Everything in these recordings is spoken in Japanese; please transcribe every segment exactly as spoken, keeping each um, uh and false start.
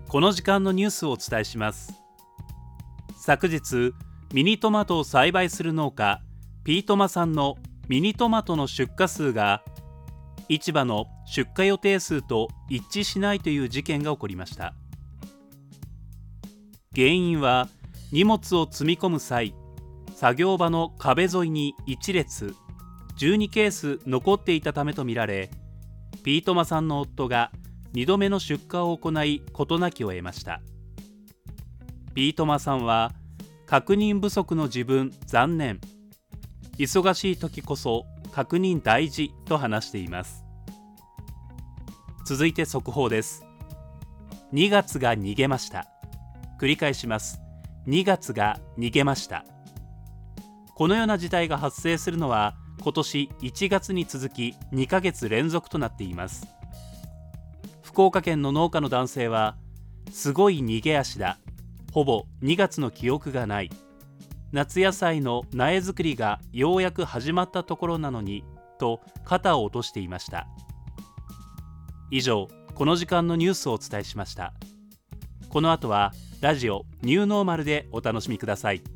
この時間のニュースをお伝えします。昨日、ミニトマトを栽培する農家ピートマさんのミニトマトの出荷数が市場の出荷予定数と一致しないという事件が起こりました。原因は荷物を積み込む際、作業場の壁沿いにいち列じゅうにケース残っていたためとみられ、ピートマさんの夫がにどめの出荷を行い事なきを得ました。ピートマさんは、確認不足の自分残念、忙しい時こそ確認大事と話しています。続いて速報です。にがつが逃げました。繰り返します。にがつが逃げました。このような事態が発生するのは今年いちがつに続きにかげつ連続となっています。福岡県の農家の男性は、すごい逃げ足だ、ほぼにがつの記憶がない、夏野菜の苗作りがようやく始まったところなのにと肩を落としていました。以上、この時間のニュースをお伝えしました。この後はラジオニューノーマルでお楽しみください。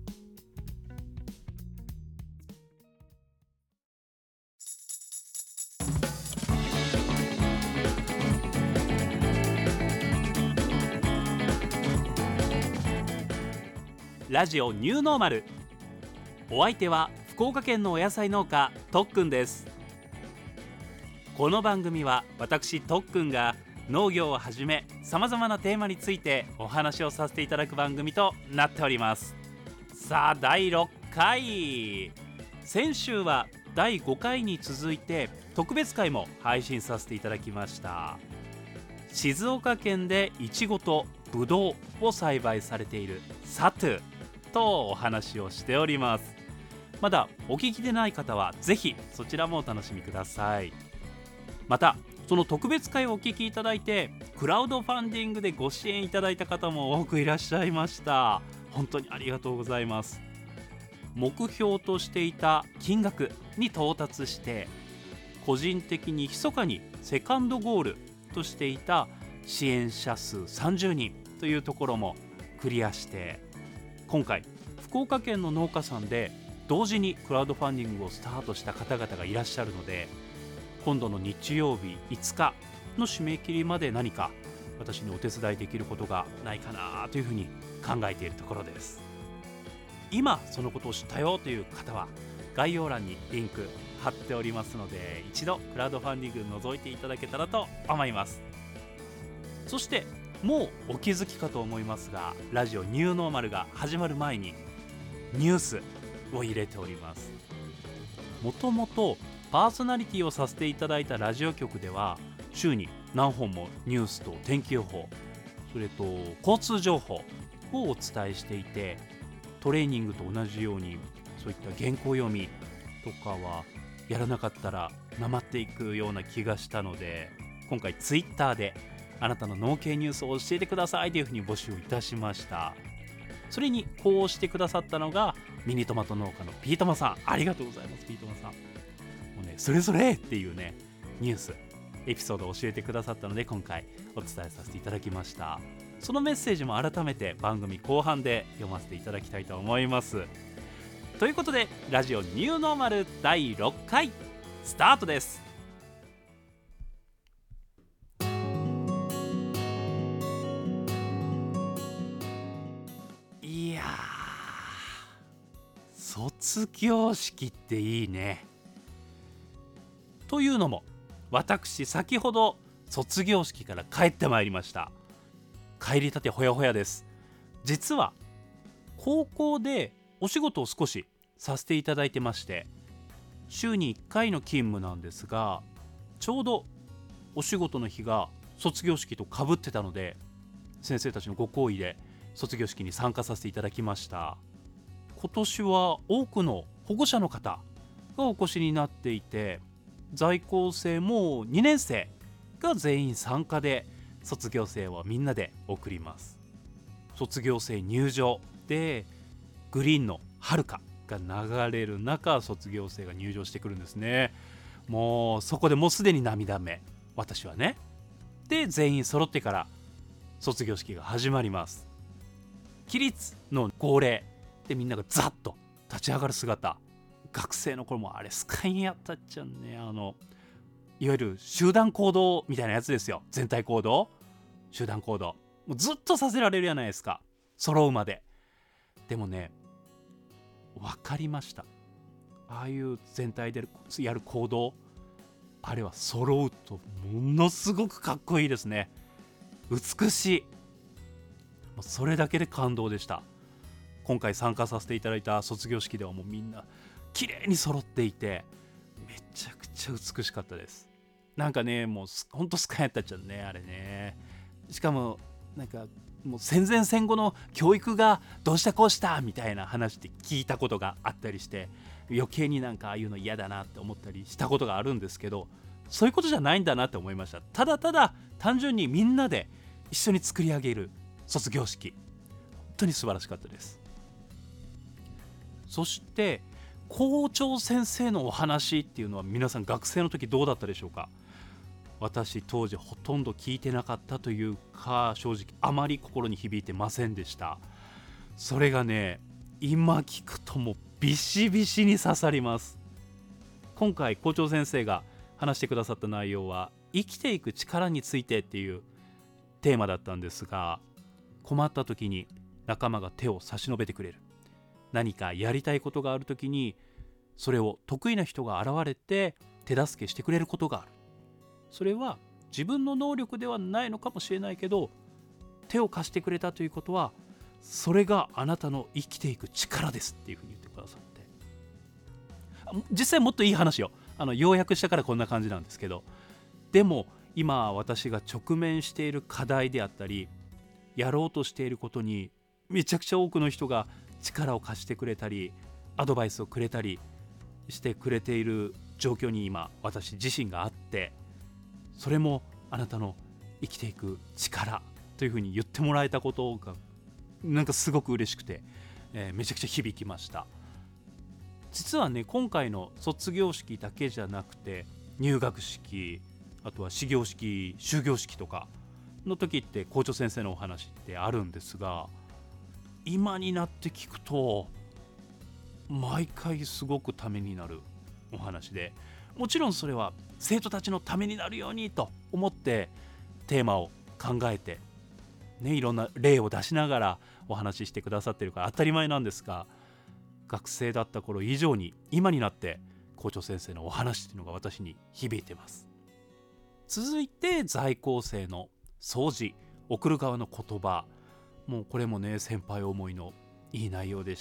ラジオニューノーマル、お相手は福岡県のお野菜農家とっくんです。この番組は私とっくんが農業をはじめさまざまなテーマについてお話をさせていただく番組となっております。さあ、だいろっかい、先週はだいごかいに続いて特別会も配信させていただきました。静岡県でいちごとぶどうを栽培されているサトゥとお話をしております。まだお聞きでない方はぜひそちらもお楽しみください。またその特別会をお聞きいただいてクラウドファンディングでご支援いただいた方も多くいらっしゃいました。本当にありがとうございます。目標としていた金額に到達して、個人的に密かにセカンドゴールとしていた支援者数さんじゅうにんというところもクリアして、今回福岡県の農家さんで同時にクラウドファンディングをスタートした方々がいらっしゃるので、今度の日曜日いつかの締め切りまで何か私にお手伝いできることがないかなというふうに考えているところです。今そのことを知ったよという方は概要欄にリンク貼っておりますので、一度クラウドファンディング覗いていただけたらと思います。そしてもうお気づきかと思いますが、ラジオニューノーマルが始まる前にニュースを入れております。もともとパーソナリティをさせていただいたラジオ局では週に何本もニュースと天気予報、それと交通情報をお伝えしていて、トレーニングと同じようにそういった原稿読みとかはやらなかったらなまっていくような気がしたので、今回ツイッターであなたの農系ニュースを教えてくださいというふうに募集いたしました。それにこうしてくださったのがミニトマト農家のピートマさん、ありがとうございます。ピートマさんもうね、それぞれっていうねニュースエピソードを教えてくださったので、今回お伝えさせていただきました。そのメッセージも改めて番組後半で読ませていただきたいと思います。ということで、ラジオニューノーマルだいろっかいスタートです。いやー、卒業式っていいね。というのも、私先ほど卒業式から帰ってまいりました。帰りたてほやほやです。実は高校でお仕事を少しさせていただいてまして、週にいっかいの勤務なんですが、ちょうどお仕事の日が卒業式とかぶってたので、先生たちのご厚意で卒業式に参加させていただきました。今年は多くの保護者の方がお越しになっていて、在校生もにねん生が全員参加で卒業生はみんなで送ります。卒業生入場でグリーンの遥かが流れる中、卒業生が入場してくるんですね。もうそこでもうすでに涙目、私はね。で全員揃ってから卒業式が始まります。起立の号令でみんながザッと立ち上がる姿、学生の頃もあれスカインやったっちゃんね。あのいわゆる集団行動みたいなやつですよ。全体行動、集団行動、もうずっとさせられるじゃないですか、揃うまで。でもね、分かりました。ああいう全体でやる行動、あれは揃うとものすごくかっこいいですね。美しい。もうそれだけで感動でした。今回参加させていただいた卒業式ではもうみんな綺麗に揃っていて、めちゃくちゃ美しかったです。なんかね、もうほんとスカイやったっちゃうね、あれね。しかもなんかもう戦前戦後の教育がどうしたこうしたみたいな話って聞いたことがあったりして、余計になんかああいうの嫌だなって思ったりしたことがあるんですけど、そういうことじゃないんだなって思いました。ただただ単純にみんなで一緒に作り上げる卒業式、本当に素晴らしかったです。そして校長先生のお話っていうのは皆さん学生の時どうだったでしょうか。私当時ほとんど聞いてなかったというか、正直あまり心に響いてませんでした。それがね、今聞くともうビシビシに刺さります。今回校長先生が話してくださった内容は生きていく力についてっていうテーマだったんですが、困った時に仲間が手を差し伸べてくれる、何かやりたいことがある時にそれを得意な人が現れて手助けしてくれることがある。それは自分の能力ではないのかもしれないけど、手を貸してくれたということはそれがあなたの生きていく力ですっていうふうに言ってくださって、実際もっといい話よ。あの要約したからこんな感じなんですけど、でも今私が直面している課題であったりやろうとしていることにめちゃくちゃ多くの人が力を貸してくれたりアドバイスをくれたりしてくれている状況に今私自身があって、それもあなたの生きていく力というふうに言ってもらえたことがなんかすごく嬉しくて、えー、めちゃくちゃ響きました。実はね、今回の卒業式だけじゃなくて入学式、あとは始業式、終業式とかの時って校長先生のお話ってあるんですが、今になって聞くと毎回すごくためになるお話で、もちろんそれは生徒たちのためになるようにと思ってテーマを考えて、ね、いろんな例を出しながらお話ししてくださってるから当たり前なんですが、学生だった頃以上に今になって校長先生のお話っていうのが私に響いてます。続いて在校生の掃除、送る側の言葉、もうこれもね先輩思いのいい内容でした。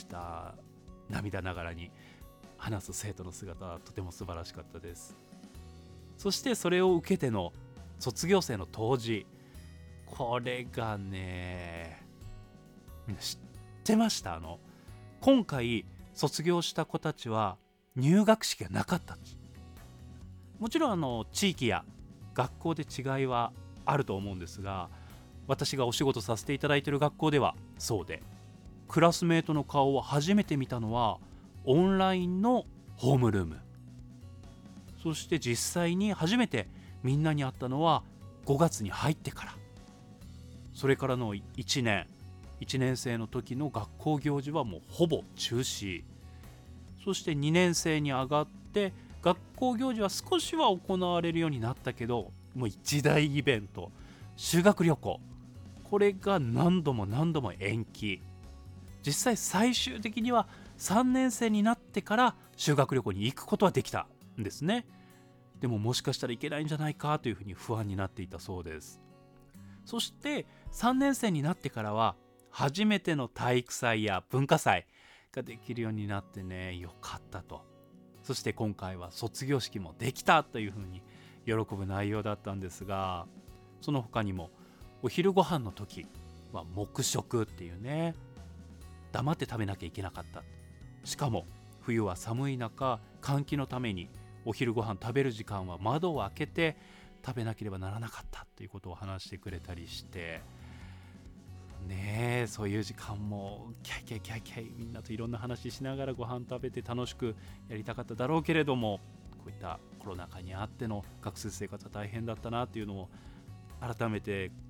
涙ながらに話す生徒の姿はとても素晴らしかったです。そしてそれを受けての卒業生の答辞、これがね、みんな知ってました？あの今回卒業した子たちは入学式がなかったんです。もちろんあの地域や学校で違いはあると思うんですが、私がお仕事させていただいている学校ではそうで、クラスメートの顔を初めて見たのはオンラインのホームルーム、そして実際に初めてみんなに会ったのはごがつに入ってから。それからのいちねん、いちねん生の時の学校行事はもうほぼ中止。そしてにねん生に上がって学校行事は少しは行われるようになったけど、もう一大イベント、修学旅行、これが何度も何度も延期。実際最終的にはさんねん生になってから修学旅行に行くことはできたんですね。でももしかしたらいけないんじゃないかというふうに不安になっていたそうです。そしてさんねん生になってからは初めての体育祭や文化祭ができるようになってね、よかったと。そして今回は卒業式もできたというふうに喜ぶ内容だったんですが、その他にもお昼ご飯の時は黙食っていうね、黙って食べなきゃいけなかった。しかも冬は寒い中、換気のためにお昼ご飯食べる時間は窓を開けて食べなければならなかったということを話してくれたりしてね、えそういう時間もキャイキャイキャイキャイみんなといろんな話しながらご飯食べて楽しくやりたかっただろうけれども、こういったコロナ禍にあっての学生生活は大変だったなっていうのを改めて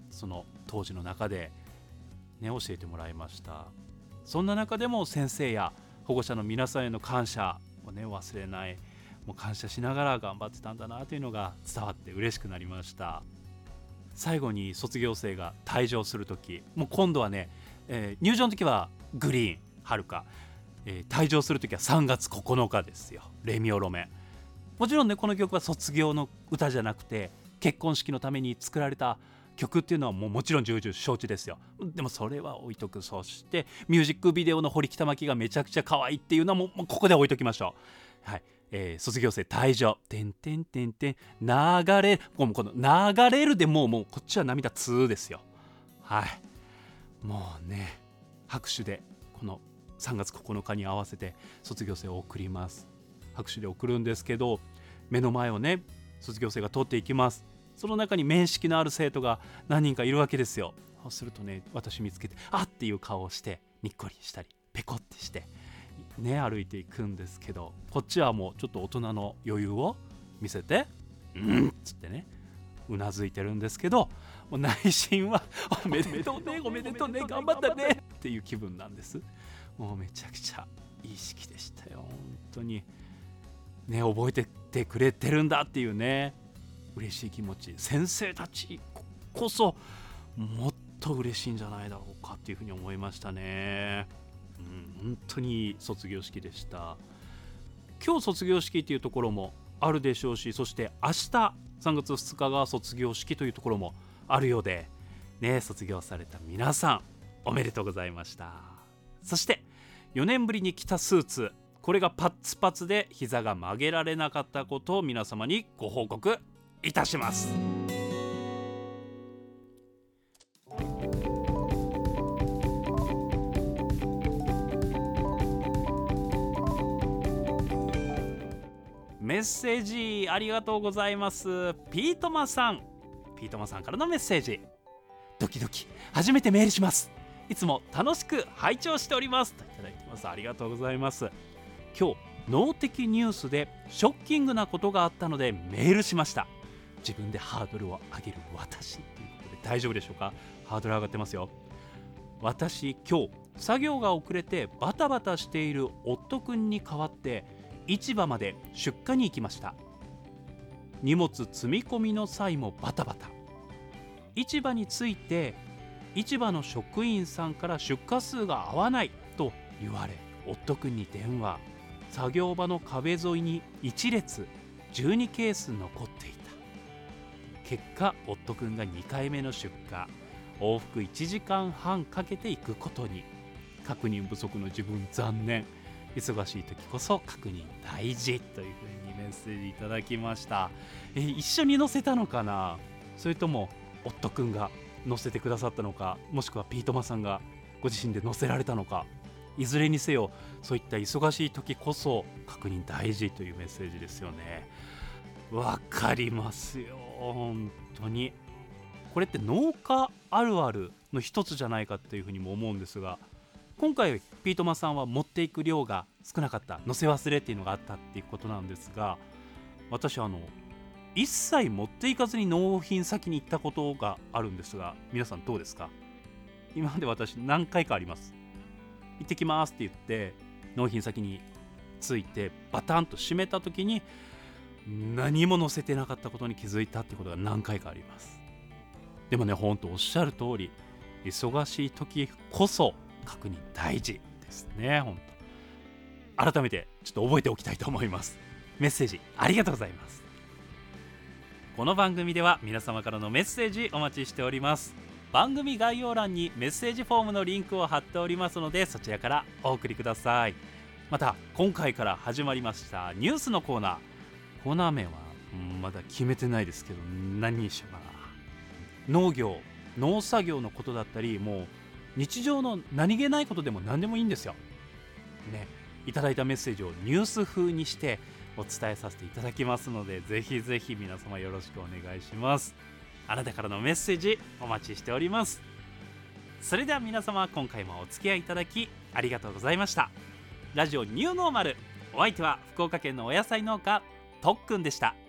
その当時の中で、ね、教えてもらいました。そんな中でも先生や保護者の皆さんへの感謝を、ね、忘れない、もう感謝しながら頑張ってたんだなというのが伝わって嬉しくなりました。最後に卒業生が退場するとき、もう今度はね、えー、入場の時はグリーンはるか、えー、退場する時はさんがつここのかですよ。レミオロメン。もちろんね、この曲は卒業の歌じゃなくて結婚式のために作られた曲っていうのはもうもちろん重々承知ですよ。でもそれは置いとく。そしてミュージックビデオの堀北真希がめちゃくちゃ可愛いっていうのはもう、もうここで置いときましょう。はい、えー、卒業生退場、てんてんてんてん、流れる、この流れるでもうもうこっちは涙痛ですよ。はい、もうね、拍手でこのさんがつここのかに合わせて卒業生を送ります。拍手で送るんですけど、目の前をね卒業生が通っていきます。その中に面識のある生徒が何人かいるわけですよ。そうするとね、私見つけてあっていう顔をしてにっこりしたりペコってしてね、歩いていくんですけど、こっちはもうちょっと大人の余裕を見せてうんっつってねうなずいてるんですけど、もう内心はおめでとうねおめでとうね頑張ったねっていう気分なんです。もうめちゃくちゃいい式でしたよ。本当にね、覚えててくれてるんだっていうね嬉しい気持ち、先生たちこそもっと嬉しいんじゃないだろうかっていうふうに思いましたね。うん、本当にいい卒業式でした。今日卒業式っていうところもあるでしょうし、そして明日さんがつふつかが卒業式というところもあるようで、ね、卒業された皆さんおめでとうございました。そしてよねんぶりに着たスーツ、これがパッツパツで膝が曲げられなかったことを皆様にご報告いたします。メッセージありがとうございます。ピートマさん、ピートマさんからのメッセージ。ドキドキ、初めてメールします。いつも楽しく拝聴しておりますといただいてます。ありがとうございます。今日脳的ニュースでショッキングなことがあったのでメールしました。自分でハードルを上げる私ということで大丈夫でしょうか。ハードル上がってますよ。私今日作業が遅れてバタバタしている夫くんに代わって市場まで出荷に行きました。荷物積み込みの際もバタバタ。市場に着いて市場の職員さんから出荷数が合わないと言われ、夫くんに電話。作業場の壁沿いにいち列じゅうにケース残っていた。結果夫くんがにかいめの出荷、往復いちじかんはんかけていくことに。確認不足の自分残念。忙しい時こそ確認大事というふうにメッセージいただきました。え一緒に載せたのかな、それとも夫くんが載せてくださったのか、もしくはピートマさんがご自身で載せられたのか、いずれにせよそういった忙しい時こそ確認大事というメッセージですよね。わかりますよ、本当に。これって農家あるあるの一つじゃないかっていうふうにも思うんですが、今回ピートマさんは持っていく量が少なかった、載せ忘れっていうのがあったっていうことなんですが、私あの一切持っていかずに納品先に行ったことがあるんですが、皆さんどうですか。今まで私何回かあります。行ってきますって言って納品先に着いてバタンと閉めた時に何も載せてなかったことに気づいたってことが何回かあります。でもね、ほんとおっしゃる通り、忙しい時こそ確認大事ですね。ほんと改めてちょっと覚えておきたいと思います。メッセージありがとうございます。この番組では皆様からのメッセージお待ちしております。番組概要欄にメッセージフォームのリンクを貼っておりますので、そちらからお送りください。また今回から始まりましたニュースのコーナー、コーナー名はまだ決めてないですけど何にしようかな。農業、農作業のことだったり、もう日常の何気ないことでも何でもいいんですよ、ね、いただいたメッセージをニュース風にしてお伝えさせていただきますので、ぜひぜひ皆様よろしくお願いします。あなたからのメッセージお待ちしております。それでは皆様、今回もお付き合いいただきありがとうございました。ラジオニューノーマル、お相手は福岡県のお野菜農家とっくんでした。